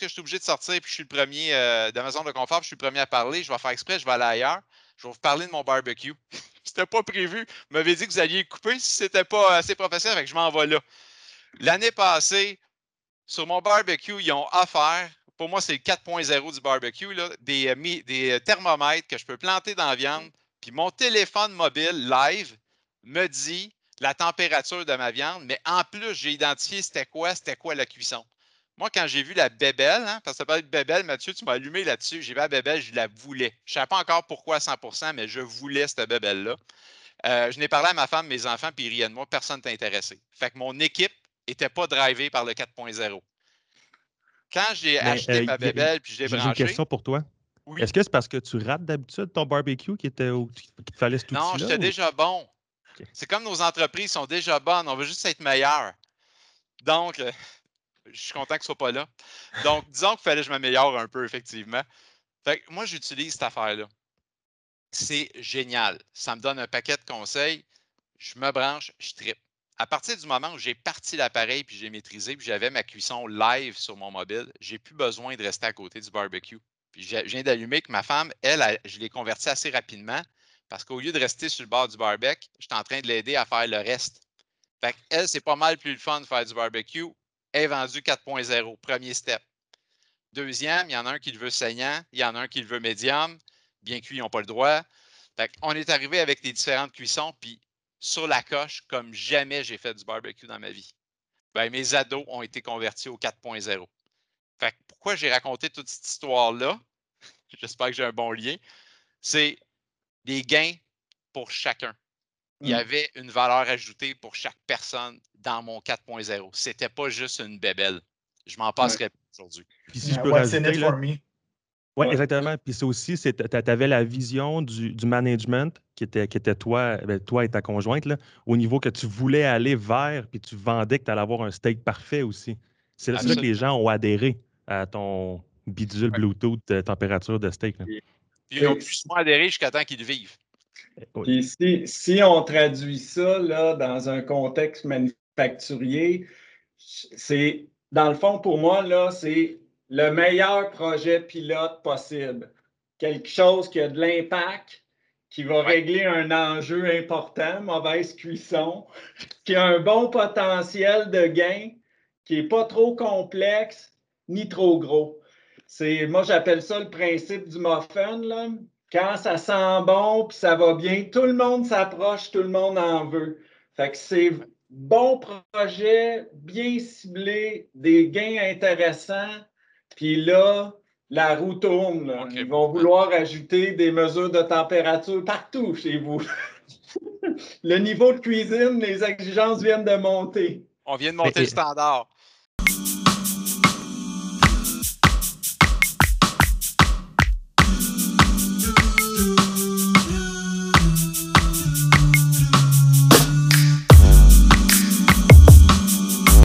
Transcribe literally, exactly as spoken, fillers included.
que je suis obligé de sortir puis je suis le premier euh, de ma zone de confort, puis je suis le premier à parler, je vais faire exprès, je vais aller ailleurs. Je vais vous parler de mon barbecue. C'était pas prévu. Vous m'avez dit que vous alliez le couper si c'était pas assez professionnel, fait que je m'en vais là. L'année passée, sur mon barbecue, ils ont offert, pour moi, c'est le quatre point zéro du barbecue, là, des, euh, des thermomètres que je peux planter dans la viande. Puis mon téléphone mobile live me dit la température de ma viande, mais en plus, j'ai identifié c'était quoi, c'était quoi la cuisson. Moi, quand j'ai vu la bébelle, hein, parce que ça parlait de bébelle, Mathieu, tu m'as allumé là-dessus, j'ai vu la bébelle, je la voulais. Je ne savais pas encore pourquoi à cent pour cent, mais je voulais cette bébelle-là. Euh, je n'ai parlé à ma femme, mes enfants, puis ils riaient de moi, personne ne intéressé. Fait que mon équipe n'était pas drivée par le quatre point zéro. Quand j'ai Mais acheté euh, ma y a- bébelle puis je l'ai j'ai j'ai une branchée, question pour toi. oui. Est-ce que c'est parce que tu rates d'habitude ton barbecue qui était au- qu'il te fallait cet Non, outil-là? j'étais Ou... déjà bon. OK. C'est comme nos entreprises sont déjà bonnes, on veut juste être meilleur. Donc, euh, je suis content que ce soit pas là. Donc, disons qu'il fallait que je m'améliore un peu, effectivement. Fait que moi, j'utilise cette affaire-là. C'est génial. Ça me donne un paquet de conseils. Je me branche, je trippe. À partir du moment où j'ai parti l'appareil puis j'ai maîtrisé, puis j'avais ma cuisson live sur mon mobile, j'ai plus besoin de rester à côté du barbecue. Puis je viens d'allumer que ma femme, elle, elle je l'ai convertie assez rapidement parce qu'au lieu de rester sur le bord du barbecue, j'étais en train de l'aider à faire le reste. Fait qu'elle, c'est pas mal plus le fun de faire du barbecue. Elle est vendue quatre point zéro, premier step. Deuxième, il y en a un qui le veut saignant, il y en a un qui le veut médium. Bien cuit, ils n'ont pas le droit. Fait on est arrivé avec les différentes cuissons, puis sur la coche, comme jamais j'ai fait du barbecue dans ma vie. Ben, mes ados ont été convertis au quatre point zéro. Fait que pourquoi j'ai raconté toute cette histoire-là? J'espère que j'ai un bon lien. C'est des gains pour chacun. Il y Mm. avait une valeur ajoutée pour chaque personne dans mon quatre point zéro. C'était pas juste une bébelle. Je m'en passerai pas aujourd'hui. Puis si je Yeah, peux what's in rajouter, it là, for me? oui, Ouais. exactement. Puis c'est aussi, tu avais la vision du, du management qui était, qui était toi, ben, toi et ta conjointe, là, au niveau que tu voulais aller vers, puis tu vendais que tu allais avoir un steak parfait aussi. C'est là, c'est là que les Absolument. gens ont adhéré à ton bidule Ouais. Bluetooth de température de steak. Là. Puis, Puis ils ont plus ou moins adhéré jusqu'à temps qu'ils le vivent. Oui. puis si, si on traduit ça là, dans un contexte manufacturier, c'est, dans le fond, pour moi, là, c'est le meilleur projet pilote possible. Quelque chose qui a de l'impact, qui va Ouais. régler un enjeu important, mauvaise cuisson, qui a un bon potentiel de gain, qui n'est pas trop complexe ni trop gros. C'est, moi, j'appelle ça le principe du muffin, là. Quand ça sent bon puis ça va bien, tout le monde s'approche, tout le monde en veut. Fait que c'est bon projet, bien ciblé, des gains intéressants. Puis là, la roue tourne. Là. OK, Ils vont mouvement. vouloir ajouter des mesures de température partout chez vous. Le niveau de cuisine, les exigences viennent de monter. On vient de Mais, monter le et, standard.